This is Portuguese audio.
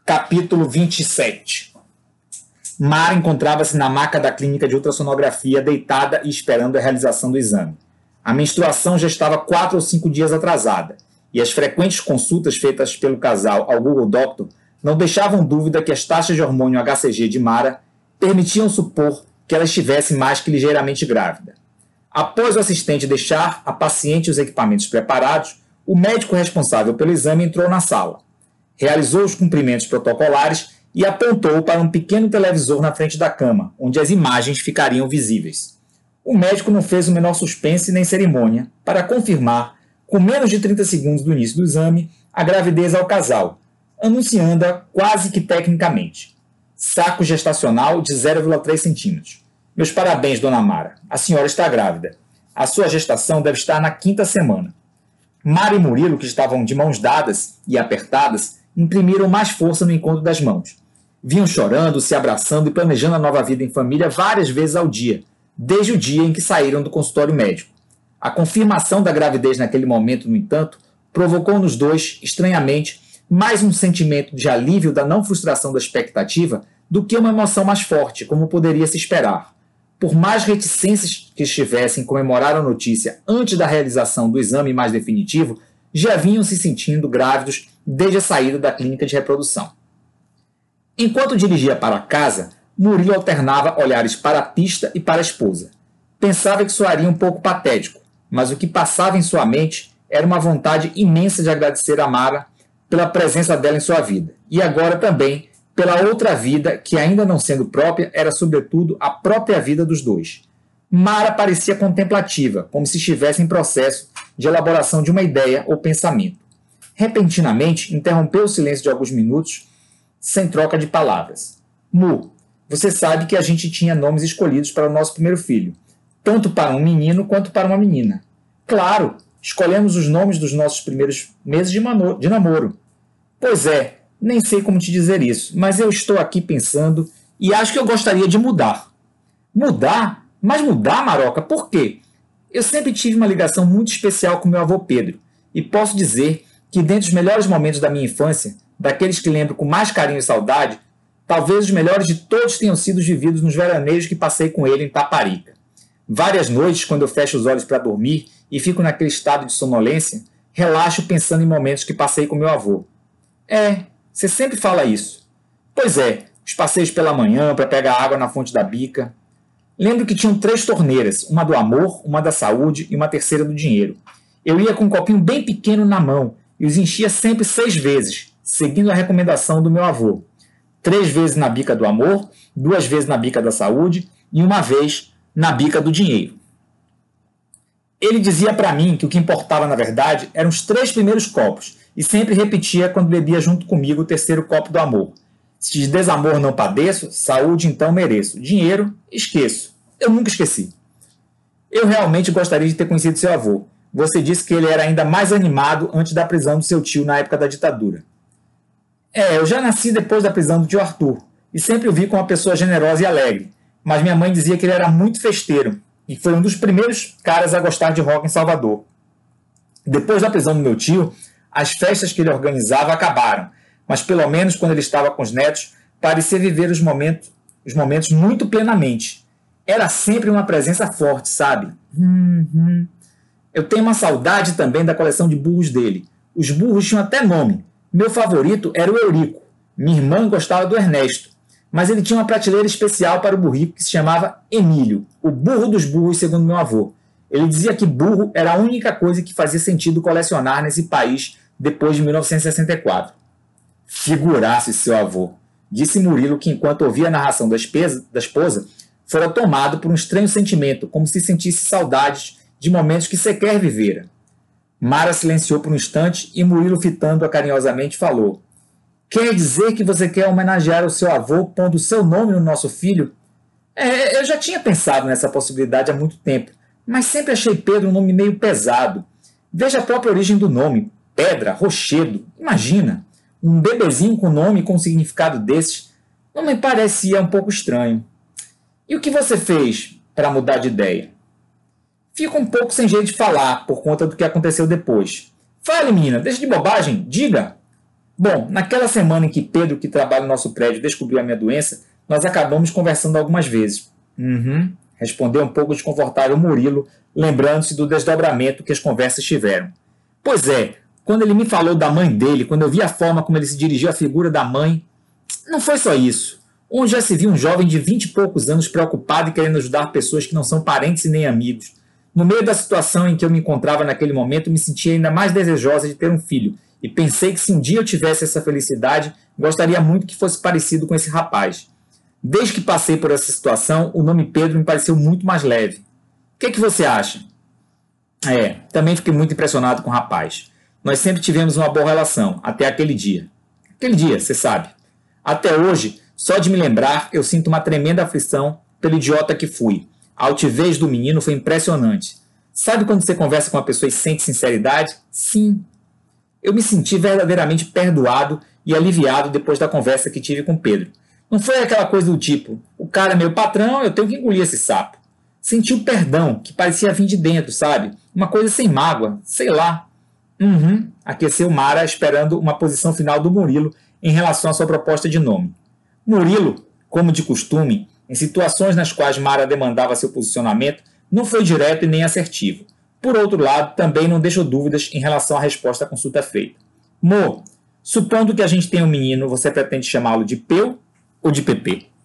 Capítulo 27. Mara encontrava-se na maca da clínica de ultrassonografia, deitada e esperando a realização do exame. A menstruação já estava 4 ou 5 dias atrasada, e as frequentes consultas feitas pelo casal ao Google Doctor não deixavam dúvida que as taxas de hormônio HCG de Mara permitiam supor que ela estivesse mais que ligeiramente grávida. Após o assistente deixar a paciente e os equipamentos preparados, o médico responsável pelo exame entrou na sala. Realizou os cumprimentos protocolares e apontou para um pequeno televisor na frente da cama, onde as imagens ficariam visíveis. O médico não fez o menor suspense nem cerimônia para confirmar, com menos de 30 segundos do início do exame, a gravidez ao casal, anunciando-a quase que tecnicamente. Saco gestacional de 0,3 centímetros. Meus parabéns, dona Mara. A senhora está grávida. A sua gestação deve estar na 5ª semana. Mara e Murilo, que estavam de mãos dadas e apertadas, imprimiram mais força no encontro das mãos. Vinham chorando, se abraçando e planejando a nova vida em família várias vezes ao dia, desde o dia em que saíram do consultório médico. A confirmação da gravidez naquele momento, no entanto, provocou nos dois, estranhamente, mais um sentimento de alívio da não frustração da expectativa do que uma emoção mais forte, como poderia se esperar. Por mais reticências que estivessem em comemorar a notícia antes da realização do exame mais definitivo, já vinham se sentindo grávidos desde a saída da clínica de reprodução. Enquanto dirigia para casa, Murilo alternava olhares para a pista e para a esposa. Pensava que soaria um pouco patético, mas o que passava em sua mente era uma vontade imensa de agradecer a Mara pela presença dela em sua vida, e agora também pela outra vida que, ainda não sendo própria, era sobretudo a própria vida dos dois. Mara parecia contemplativa, como se estivesse em processo de elaboração de uma ideia ou pensamento. Repentinamente, interrompeu o silêncio de alguns minutos, sem troca de palavras. Mu, você sabe que a gente tinha nomes escolhidos para o nosso primeiro filho, tanto para um menino quanto para uma menina. Claro, escolhemos os nomes dos nossos primeiros meses de namoro. Pois é, nem sei como te dizer isso, mas eu estou aqui pensando e acho que eu gostaria de mudar. Mudar? Mas mudar, Maroca, por quê? Eu sempre tive uma ligação muito especial com meu avô Pedro, e posso dizer que, dentre os melhores momentos da minha infância, daqueles que lembro com mais carinho e saudade, talvez os melhores de todos tenham sido vividos nos veraneios que passei com ele em Taparica. Várias noites, quando eu fecho os olhos para dormir e fico naquele estado de sonolência, relaxo pensando em momentos que passei com meu avô. Você sempre fala isso. Pois é, os passeios pela manhã para pegar água na fonte da bica. Lembro que tinham 3 torneiras, uma do amor, uma da saúde e uma terceira do dinheiro. Eu ia com um copinho bem pequeno na mão e os enchia sempre 6 vezes, seguindo a recomendação do meu avô. 3 vezes na bica do amor, 2 vezes na bica da saúde e 1 vez na bica do dinheiro. Ele dizia para mim que o que importava, na verdade, eram os 3 primeiros copos e sempre repetia quando bebia junto comigo o 3º copo do amor. Se de desamor não padeço, saúde então mereço. Dinheiro, esqueço. Eu nunca esqueci. Eu realmente gostaria de ter conhecido seu avô. Você disse que ele era ainda mais animado antes da prisão do seu tio na época da ditadura. Eu já nasci depois da prisão do tio Arthur e sempre o vi como uma pessoa generosa e alegre, mas minha mãe dizia que ele era muito festeiro e foi um dos primeiros caras a gostar de rock em Salvador. Depois da prisão do meu tio, as festas que ele organizava acabaram, mas pelo menos quando ele estava com os netos, parecia viver os momentos muito plenamente. Era sempre uma presença forte, sabe? Eu tenho uma saudade também da coleção de burros dele. Os burros tinham até nome. Meu favorito era o Eurico. Minha irmã gostava do Ernesto. Mas ele tinha uma prateleira especial para o burrico que se chamava Emílio, o burro dos burros, segundo meu avô. Ele dizia que burro era a única coisa que fazia sentido colecionar nesse país depois de 1964. Figurasse seu avô, disse Murilo, que enquanto ouvia a narração da esposa, fora tomado por um estranho sentimento, como se sentisse saudades de momentos que sequer vivera. Mara silenciou por um instante e Murilo, fitando-a carinhosamente, falou: Quer dizer que você quer homenagear o seu avô pondo o seu nome no nosso filho? Eu já tinha pensado nessa possibilidade há muito tempo, mas sempre achei Pedro um nome meio pesado. Veja a própria origem do nome, Pedra, Rochedo, imagina. Um bebezinho com nome e com significado desses não me parecia um pouco estranho. E o que você fez para mudar de ideia? Fico um pouco sem jeito de falar por conta do que aconteceu depois. Fale, menina, deixa de bobagem, diga. Bom, naquela semana em que Pedro, que trabalha no nosso prédio, descobriu a minha doença, nós acabamos conversando algumas vezes. Uhum, respondeu um pouco desconfortável Murilo, lembrando-se do desdobramento que as conversas tiveram. Pois é, quando ele me falou da mãe dele, quando eu vi a forma como ele se dirigiu à figura da mãe, não foi só isso. Onde já se viu um jovem de 20 e poucos anos preocupado e querendo ajudar pessoas que não são parentes e nem amigos. No meio da situação em que eu me encontrava naquele momento, me senti ainda mais desejosa de ter um filho, e pensei que se um dia eu tivesse essa felicidade, gostaria muito que fosse parecido com esse rapaz. Desde que passei por essa situação, o nome Pedro me pareceu muito mais leve. O que você acha? Também fiquei muito impressionado com o rapaz. Nós sempre tivemos uma boa relação, até aquele dia. Aquele dia, você sabe. Até hoje, só de me lembrar, eu sinto uma tremenda aflição pelo idiota que fui. A altivez do menino foi impressionante. Sabe quando você conversa com uma pessoa e sente sinceridade? Sim. Eu me senti verdadeiramente perdoado e aliviado depois da conversa que tive com Pedro. Não foi aquela coisa do tipo, o cara é meu patrão, eu tenho que engolir esse sapo. Senti o perdão, que parecia vir de dentro, sabe? Uma coisa sem mágoa, sei lá. Aqueceu Mara, esperando uma posição final do Murilo em relação à sua proposta de nome. Murilo, como de costume, em situações nas quais Mara demandava seu posicionamento, não foi direto e nem assertivo. Por outro lado, também não deixou dúvidas em relação à resposta à consulta feita. Mo, supondo que a gente tenha um menino, você pretende chamá-lo de Peu ou de PP?